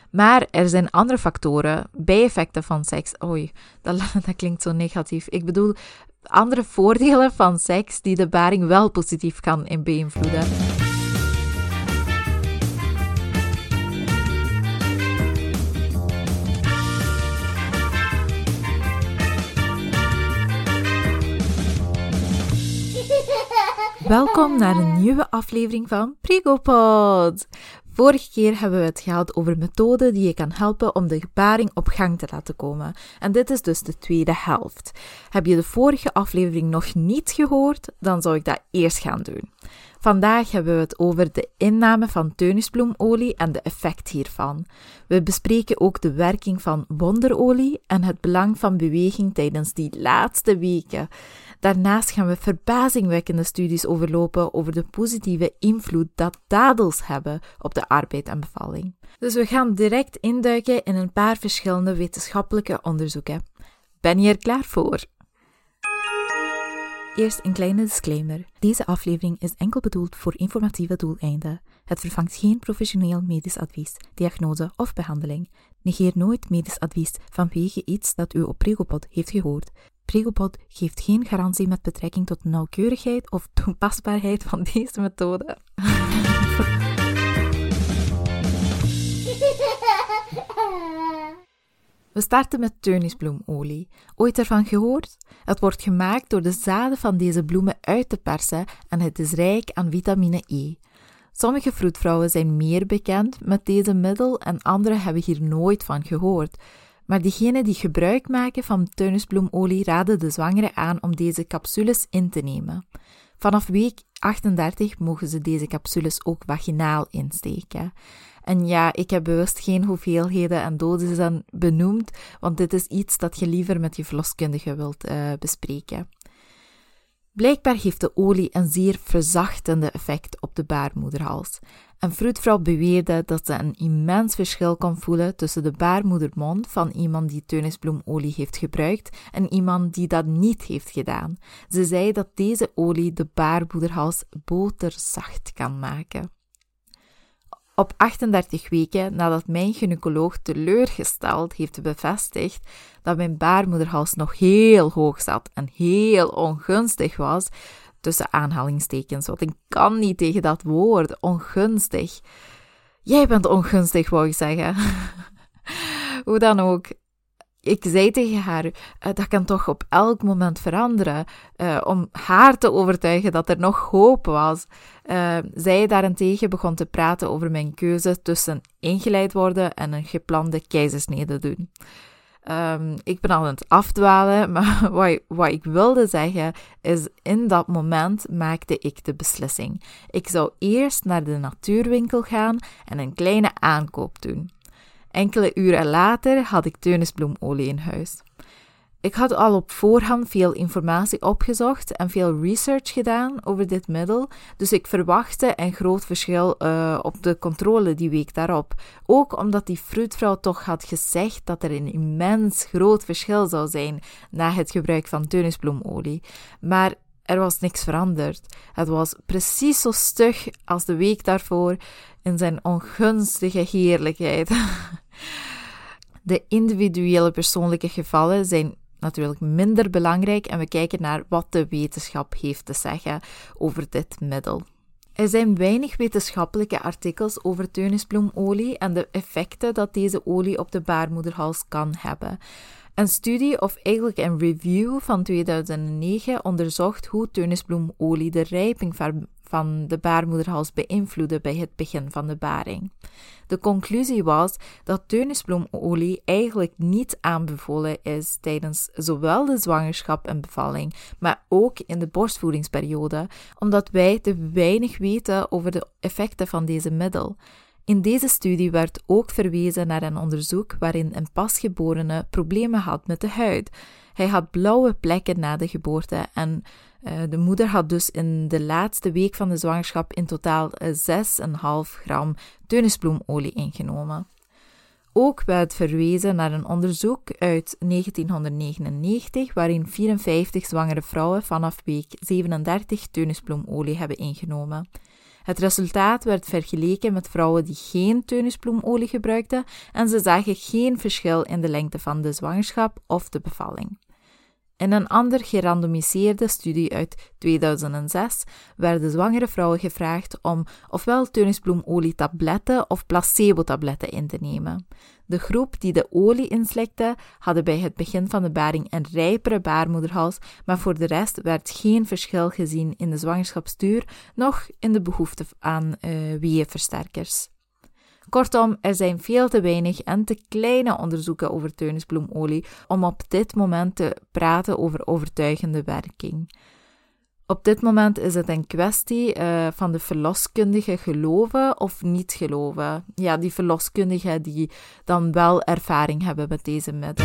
Maar er zijn andere factoren, bijeffecten van seks. Oei, dat klinkt zo negatief. Ik bedoel, andere voordelen van seks die de baring wel positief kan beïnvloeden. Welkom naar een nieuwe aflevering van Pregopod. Vorige keer hebben we het gehad over methoden die je kan helpen om de baring op gang te laten komen. En dit is dus de tweede helft. Heb je de vorige aflevering nog niet gehoord, dan zou ik dat eerst gaan doen. Vandaag hebben we het over de inname van teunisbloemolie en de effect hiervan. We bespreken ook de werking van wonderolie en het belang van beweging tijdens die laatste weken. Daarnaast gaan we verbazingwekkende studies overlopen over de positieve invloed dat dadels hebben op de arbeid en bevalling. Dus we gaan direct induiken in een paar verschillende wetenschappelijke onderzoeken. Ben je er klaar voor? Eerst een kleine disclaimer. Deze aflevering is enkel bedoeld voor informatieve doeleinden. Het vervangt geen professioneel medisch advies, diagnose of behandeling. Negeer nooit medisch advies vanwege iets dat u op Pregopod heeft gehoord. Pregopod geeft geen garantie met betrekking tot de nauwkeurigheid of toepasbaarheid van deze methode. We starten met teunisbloemolie. Ooit ervan gehoord? Het wordt gemaakt door de zaden van deze bloemen uit te persen en het is rijk aan vitamine E. Sommige vroedvrouwen zijn meer bekend met deze middel en anderen hebben hier nooit van gehoord. Maar diegenen die gebruik maken van teunisbloemolie raden de zwangere aan om deze capsules in te nemen. Vanaf week 38 mogen ze deze capsules ook vaginaal insteken. En ja, ik heb bewust geen hoeveelheden en dosissen benoemd, want dit is iets dat je liever met je verloskundige wilt bespreken. Blijkbaar heeft de olie een zeer verzachtende effect op de baarmoederhals. Een vroedvrouw beweerde dat ze een immens verschil kon voelen tussen de baarmoedermond van iemand die teunisbloemolie heeft gebruikt en iemand die dat niet heeft gedaan. Ze zei dat deze olie de baarmoederhals boterzacht kan maken. Op 38 weken nadat mijn gynaecoloog teleurgesteld heeft bevestigd dat mijn baarmoederhals nog heel hoog zat en heel ongunstig was, tussen aanhalingstekens, want ik kan niet tegen dat woord, ongunstig. Jij bent ongunstig, wou ik zeggen. Hoe dan ook. Ik zei tegen haar, dat kan toch op elk moment veranderen, om haar te overtuigen dat er nog hoop was. Zij daarentegen begon te praten over mijn keuze tussen ingeleid worden en een geplande keizersnede doen. Ik ben al aan het afdwalen, maar wat ik wilde zeggen is, in dat moment maakte ik de beslissing. Ik zou eerst naar de natuurwinkel gaan en een kleine aankoop doen. Enkele uren later had ik teunisbloemolie in huis. Ik had al op voorhand veel informatie opgezocht en veel research gedaan over dit middel, dus ik verwachtte een groot verschil op de controle die week daarop. Ook omdat die vroedvrouw toch had gezegd dat er een immens groot verschil zou zijn na het gebruik van teunisbloemolie. Maar er was niks veranderd. Het was precies zo stug als de week daarvoor in zijn ongunstige heerlijkheid. De individuele persoonlijke gevallen zijn natuurlijk minder belangrijk en we kijken naar wat de wetenschap heeft te zeggen over dit middel. Er zijn weinig wetenschappelijke artikels over teunisbloemolie en de effecten dat deze olie op de baarmoederhals kan hebben. Een studie, of eigenlijk een review van 2009, onderzocht hoe teunisbloemolie de rijping van de baarmoederhals beïnvloedde bij het begin van de baring. De conclusie was dat teunisbloemolie eigenlijk niet aanbevolen is tijdens zowel de zwangerschap en bevalling, maar ook in de borstvoedingsperiode, omdat wij te weinig weten over de effecten van deze middel. In deze studie werd ook verwezen naar een onderzoek waarin een pasgeborene problemen had met de huid. Hij had blauwe plekken na de geboorte en de moeder had dus in de laatste week van de zwangerschap in totaal 6,5 gram teunisbloemolie ingenomen. Ook werd verwezen naar een onderzoek uit 1999 waarin 54 zwangere vrouwen vanaf week 37 teunisbloemolie hebben ingenomen. Het resultaat werd vergeleken met vrouwen die geen teunisbloemolie gebruikten en ze zagen geen verschil in de lengte van de zwangerschap of de bevalling. In een ander gerandomiseerde studie uit 2006 werden zwangere vrouwen gevraagd om ofwel teunisbloemolie-tabletten of placebo-tabletten in te nemen. De groep die de olie inslikte, hadden bij het begin van de baring een rijpere baarmoederhals, maar voor de rest werd geen verschil gezien in de zwangerschapsduur, noch in de behoefte aan weeënversterkers. Kortom, er zijn veel te weinig en te kleine onderzoeken over teunisbloemolie om op dit moment te praten over overtuigende werking. Op dit moment is het een kwestie van de verloskundige geloven of niet geloven. Ja, die verloskundigen die dan wel ervaring hebben met deze middel.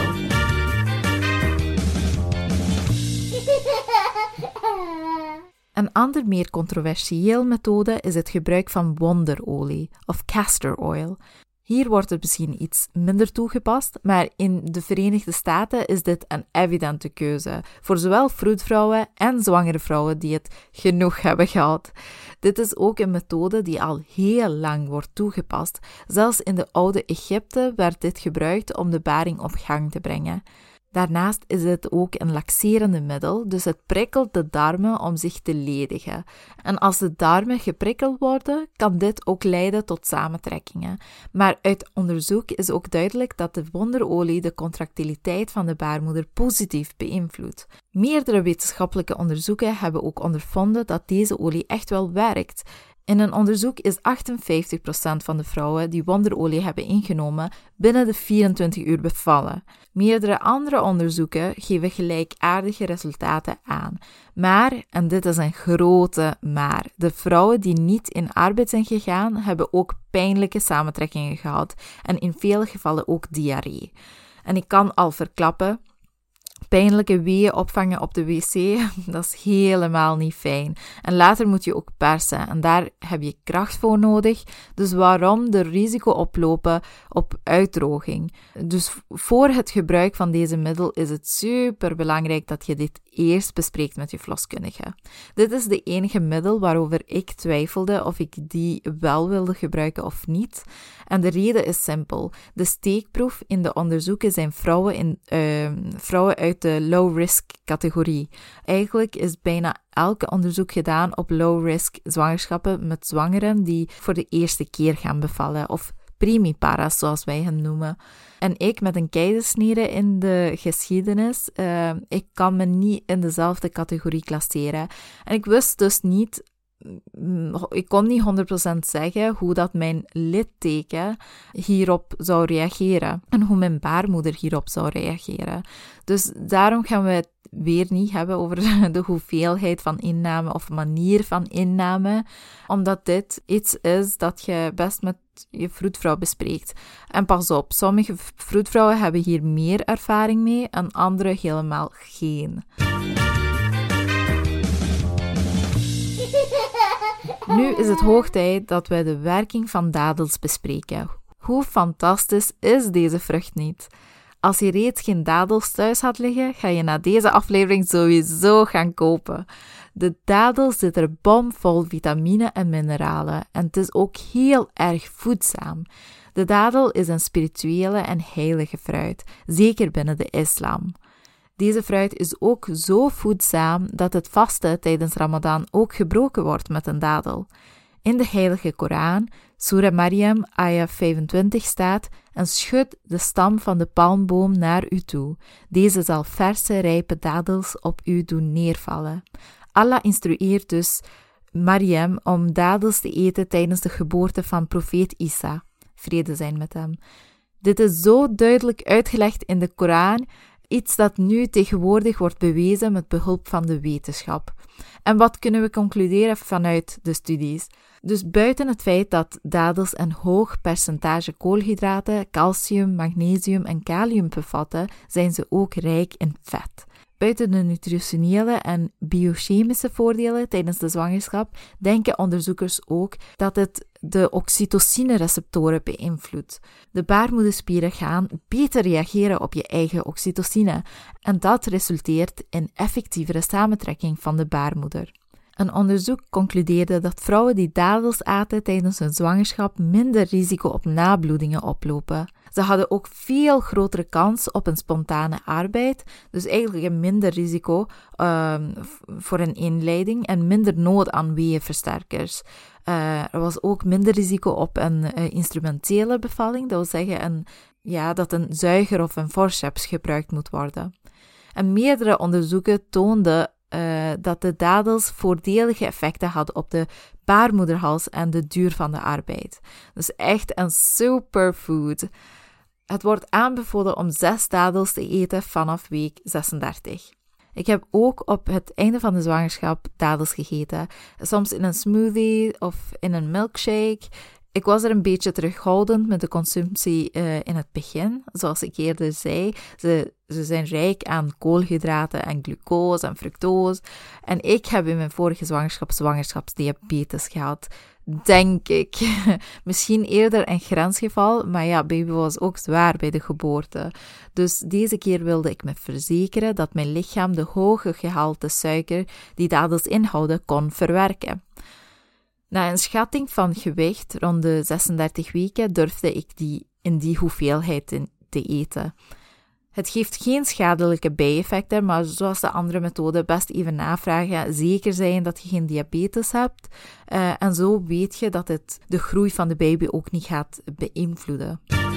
Een ander meer controversieel methode is het gebruik van wonderolie of castor oil. Hier wordt het misschien iets minder toegepast, maar in de Verenigde Staten is dit een evidente keuze voor zowel vroedvrouwen en zwangere vrouwen die het genoeg hebben gehad. Dit is ook een methode die al heel lang wordt toegepast. Zelfs in de oude Egypte werd dit gebruikt om de baring op gang te brengen. Daarnaast is het ook een laxerende middel, dus het prikkelt de darmen om zich te ledigen. En als de darmen geprikkeld worden, kan dit ook leiden tot samentrekkingen. Maar uit onderzoek is ook duidelijk dat de wonderolie de contractiliteit van de baarmoeder positief beïnvloedt. Meerdere wetenschappelijke onderzoeken hebben ook ondervonden dat deze olie echt wel werkt. In een onderzoek is 58% van de vrouwen die wonderolie hebben ingenomen binnen de 24 uur bevallen. Meerdere andere onderzoeken geven gelijkaardige resultaten aan. Maar, en dit is een grote maar, de vrouwen die niet in arbeid zijn gegaan, hebben ook pijnlijke samentrekkingen gehad en in vele gevallen ook diarree. En ik kan al verklappen, pijnlijke weeën opvangen op de wc, dat is helemaal niet fijn. En later moet je ook persen en daar heb je kracht voor nodig. Dus waarom de risico oplopen op uitdroging? Dus voor het gebruik van deze middel is het super belangrijk dat je dit eerst bespreekt met je verloskundige. Dit is de enige middel waarover ik twijfelde of ik die wel wilde gebruiken of niet. En de reden is simpel. De steekproef in de onderzoeken zijn vrouwen uit de low-risk categorie. Eigenlijk is bijna elke onderzoek gedaan op low-risk zwangerschappen met zwangeren die voor de eerste keer gaan bevallen, of primiparas, zoals wij hen noemen. En ik met een keizersnede in de geschiedenis, ik kan me niet in dezelfde categorie klasseren. En ik wist dus niet, ik kon niet 100% zeggen hoe dat mijn litteken hierop zou reageren en hoe mijn baarmoeder hierop zou reageren. Dus daarom gaan we het weer niet hebben over de hoeveelheid van inname of manier van inname, omdat dit iets is dat je best met je vroedvrouw bespreekt. En pas op, sommige vroedvrouwen hebben hier meer ervaring mee en andere helemaal geen. Nu is het hoog tijd dat wij de werking van dadels bespreken. Hoe fantastisch is deze vrucht niet? Als je reeds geen dadels thuis had liggen, ga je na deze aflevering sowieso gaan kopen. De dadel zit er bomvol vitamine en mineralen en het is ook heel erg voedzaam. De dadel is een spirituele en heilige fruit, zeker binnen de islam. Deze fruit is ook zo voedzaam dat het vasten tijdens Ramadan ook gebroken wordt met een dadel. In de heilige Koran, Surah Maryam, ayah 25 staat: en schud de stam van de palmboom naar u toe. Deze zal verse, rijpe dadels op u doen neervallen. Allah instrueert dus Maryam om dadels te eten tijdens de geboorte van profeet Isa. Vrede zijn met hem. Dit is zo duidelijk uitgelegd in de Koran, iets dat nu tegenwoordig wordt bewezen met behulp van de wetenschap. En wat kunnen we concluderen vanuit de studies? Dus buiten het feit dat dadels een hoog percentage koolhydraten, calcium, magnesium en kalium bevatten, zijn ze ook rijk in vet. Buiten de nutritionele en biochemische voordelen tijdens de zwangerschap denken onderzoekers ook dat het de oxytocine-receptoren beïnvloedt. De baarmoederspieren gaan beter reageren op je eigen oxytocine en dat resulteert in effectievere samentrekking van de baarmoeder. Een onderzoek concludeerde dat vrouwen die dadels aten tijdens hun zwangerschap minder risico op nabloedingen oplopen. Ze hadden ook veel grotere kans op een spontane arbeid, dus eigenlijk een minder risico voor een inleiding en minder nood aan weeënversterkers. Er was ook minder risico op een instrumentele bevalling, dat wil zeggen dat een zuiger of een forceps gebruikt moet worden. En meerdere onderzoeken toonden dat de dadels voordelige effecten hadden op de baarmoederhals en de duur van de arbeid. Dus echt een superfood. Het wordt aanbevolen om 6 dadels te eten vanaf week 36. Ik heb ook op het einde van de zwangerschap dadels gegeten. Soms in een smoothie of in een milkshake. Ik was er een beetje terughoudend met de consumptie in het begin. Zoals ik eerder zei, ze zijn rijk aan koolhydraten en glucose en fructose. En ik heb in mijn vorige zwangerschapsdiabetes gehad. Denk ik. Misschien eerder een grensgeval, maar ja, baby was ook zwaar bij de geboorte. Dus deze keer wilde ik me verzekeren dat mijn lichaam de hoge gehalte suiker die dadels inhouden kon verwerken. Na een schatting van gewicht rond de 36 weken durfde ik in die hoeveelheid te eten. Het geeft geen schadelijke bijeffecten, maar zoals de andere methode best even navragen, zeker zijn dat je geen diabetes hebt. En zo weet je dat het de groei van de baby ook niet gaat beïnvloeden.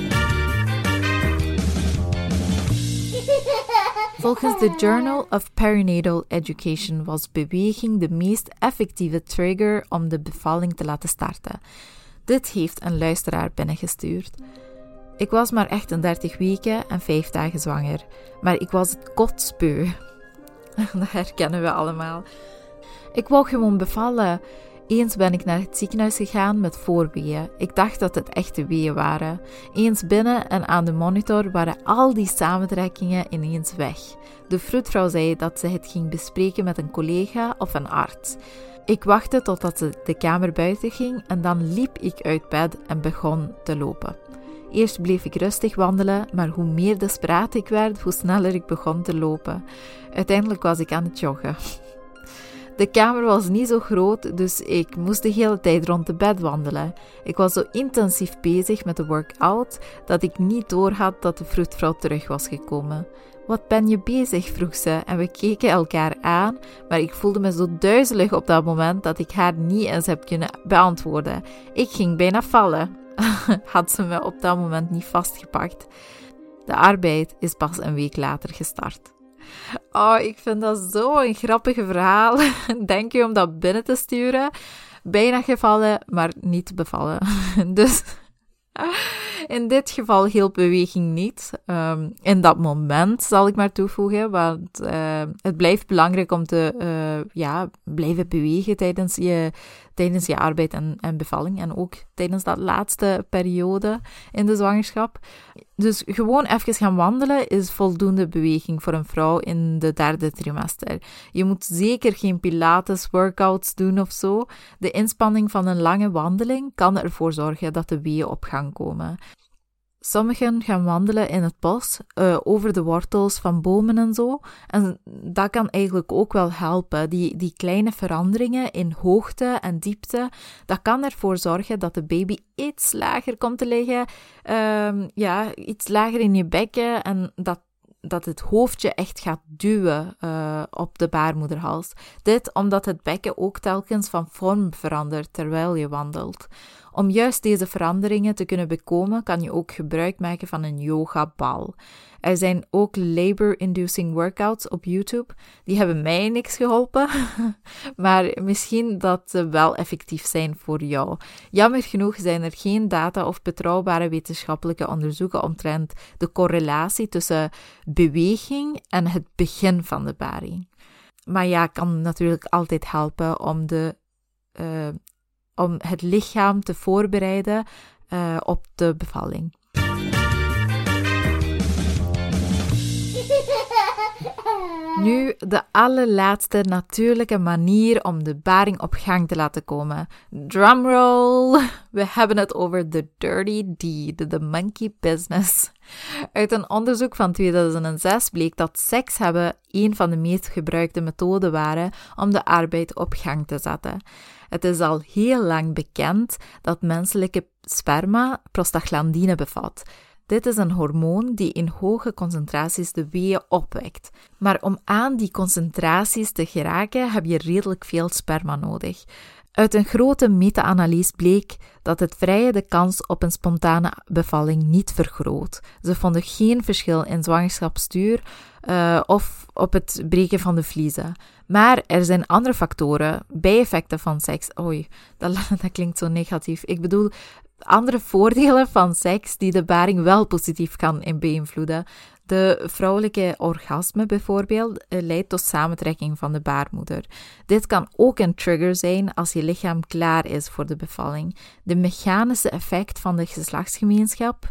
Volgens de Journal of Perinatal Education was beweging de meest effectieve trigger om de bevalling te laten starten. Dit heeft een luisteraar binnengestuurd. Ik was maar 38 weken en 5 dagen zwanger, maar ik was het kotsbeu. Dat herkennen we allemaal. Ik wou gewoon bevallen. Eens ben ik naar het ziekenhuis gegaan met voorweeën. Ik dacht dat het echte weeën waren. Eens binnen en aan de monitor waren al die samentrekkingen ineens weg. De vroedvrouw zei dat ze het ging bespreken met een collega of een arts. Ik wachtte totdat ze de kamer buiten ging en dan liep ik uit bed en begon te lopen. Eerst bleef ik rustig wandelen, maar hoe meer desperaat ik werd, hoe sneller ik begon te lopen. Uiteindelijk was ik aan het joggen. De kamer was niet zo groot, dus ik moest de hele tijd rond het bed wandelen. Ik was zo intensief bezig met de workout dat ik niet doorhad dat de vroedvrouw terug was gekomen. Wat ben je bezig? Vroeg ze en we keken elkaar aan, maar ik voelde me zo duizelig op dat moment dat ik haar niet eens heb kunnen beantwoorden. Ik ging bijna vallen. Had ze me op dat moment niet vastgepakt. De arbeid is pas een week later gestart. Oh, ik vind dat zo'n grappig verhaal. Denk je om dat binnen te sturen? Bijna gevallen, maar niet bevallen. Dus in dit geval hielp beweging niet. In dat moment zal ik maar toevoegen, want het blijft belangrijk om te blijven bewegen tijdens je arbeid en bevalling. En ook tijdens dat laatste periode in de zwangerschap. Dus gewoon even gaan wandelen is voldoende beweging voor een vrouw in de 3e trimester. Je moet zeker geen pilates workouts doen of zo. De inspanning van een lange wandeling kan ervoor zorgen dat de weeën op gang komen. Sommigen gaan wandelen in het bos, over de wortels van bomen en zo. En dat kan eigenlijk ook wel helpen. Die kleine veranderingen in hoogte en diepte, dat kan ervoor zorgen dat de baby iets lager komt te liggen. Iets lager in je bekken en dat het hoofdje echt gaat duwen op de baarmoederhals. Dit omdat het bekken ook telkens van vorm verandert terwijl je wandelt. Om juist deze veranderingen te kunnen bekomen, kan je ook gebruik maken van een yogabal. Er zijn ook labor-inducing workouts op YouTube. Die hebben mij niks geholpen, maar misschien dat ze wel effectief zijn voor jou. Jammer genoeg zijn er geen data of betrouwbare wetenschappelijke onderzoeken omtrent de correlatie tussen beweging en het begin van de baring. Maar ja, kan natuurlijk altijd helpen om het lichaam te voorbereiden op de bevalling. Nu, de allerlaatste natuurlijke manier om de baring op gang te laten komen. Drumroll! We hebben het over the dirty deed, the monkey business. Uit een onderzoek van 2006 bleek dat seks hebben een van de meest gebruikte methoden waren om de arbeid op gang te zetten. Het is al heel lang bekend dat menselijke sperma prostaglandine bevat. Dit is een hormoon die in hoge concentraties de weeën opwekt. Maar om aan die concentraties te geraken heb je redelijk veel sperma nodig. Uit een grote meta-analyse bleek dat het vrije de kans op een spontane bevalling niet vergroot. Ze vonden geen verschil in zwangerschapsduur of op het breken van de vliezen. Maar er zijn andere factoren, bijeffecten van seks. Oei, dat klinkt zo negatief. Ik bedoel, andere voordelen van seks die de baring wel positief kan beïnvloeden. De vrouwelijke orgasme bijvoorbeeld leidt tot samentrekking van de baarmoeder. Dit kan ook een trigger zijn als je lichaam klaar is voor de bevalling. De mechanische effect van de geslachtsgemeenschap,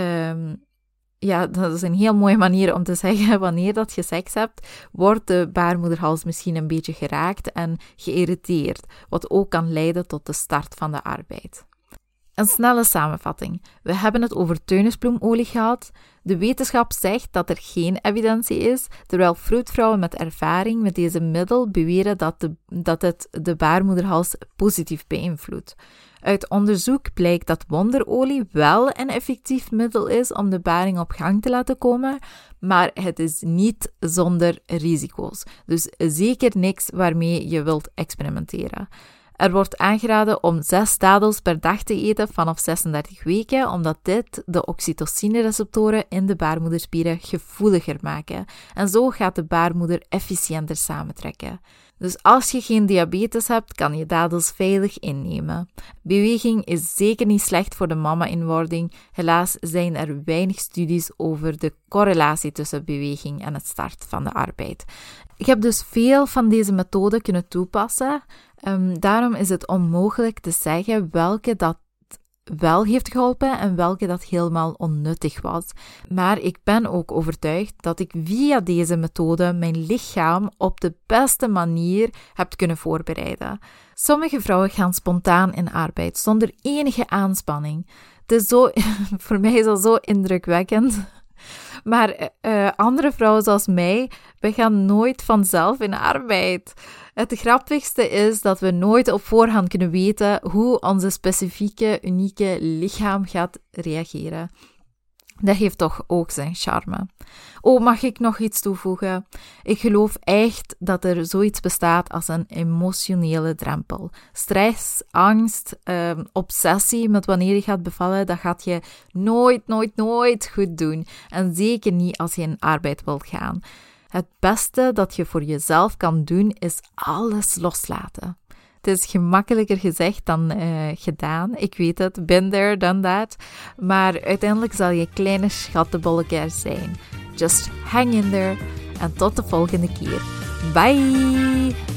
dat is een heel mooie manier om te zeggen, wanneer dat je seks hebt, wordt de baarmoederhals misschien een beetje geraakt en geïrriteerd, wat ook kan leiden tot de start van de arbeid. Een snelle samenvatting. We hebben het over teunisbloemolie gehad. De wetenschap zegt dat er geen evidentie is, terwijl vroedvrouwen met ervaring met deze middel beweren dat het de baarmoederhals positief beïnvloedt. Uit onderzoek blijkt dat wonderolie wel een effectief middel is om de baring op gang te laten komen, maar het is niet zonder risico's. Dus zeker niks waarmee je wilt experimenteren. Er wordt aangeraden om 6 dadels per dag te eten vanaf 36 weken, omdat dit de oxytocine-receptoren in de baarmoederspieren gevoeliger maken. En zo gaat de baarmoeder efficiënter samentrekken. Dus als je geen diabetes hebt, kan je dadels veilig innemen. Beweging is zeker niet slecht voor de mama-inwording. Helaas zijn er weinig studies over de correlatie tussen beweging en het start van de arbeid. Ik heb dus veel van deze methoden kunnen toepassen. Daarom is het onmogelijk te zeggen welke dat wel heeft geholpen en welke dat helemaal onnuttig was. Maar ik ben ook overtuigd dat ik via deze methode mijn lichaam op de beste manier heb kunnen voorbereiden. Sommige vrouwen gaan spontaan in arbeid, zonder enige aanspanning. Het is voor mij is dat zo indrukwekkend. Maar andere vrouwen zoals mij, we gaan nooit vanzelf in arbeid. Het grappigste is dat we nooit op voorhand kunnen weten hoe onze specifieke, unieke lichaam gaat reageren. Dat heeft toch ook zijn charme. Oh, mag ik nog iets toevoegen? Ik geloof echt dat er zoiets bestaat als een emotionele drempel. Stress, angst, obsessie met wanneer je gaat bevallen, dat gaat je nooit goed doen. En zeker niet als je in arbeid wilt gaan. Het beste dat je voor jezelf kan doen, is alles loslaten. Het is gemakkelijker gezegd dan gedaan. Ik weet het, been there, done that. Maar uiteindelijk zal je kleine schattenbolletje er zijn. Just hang in there en tot de volgende keer. Bye!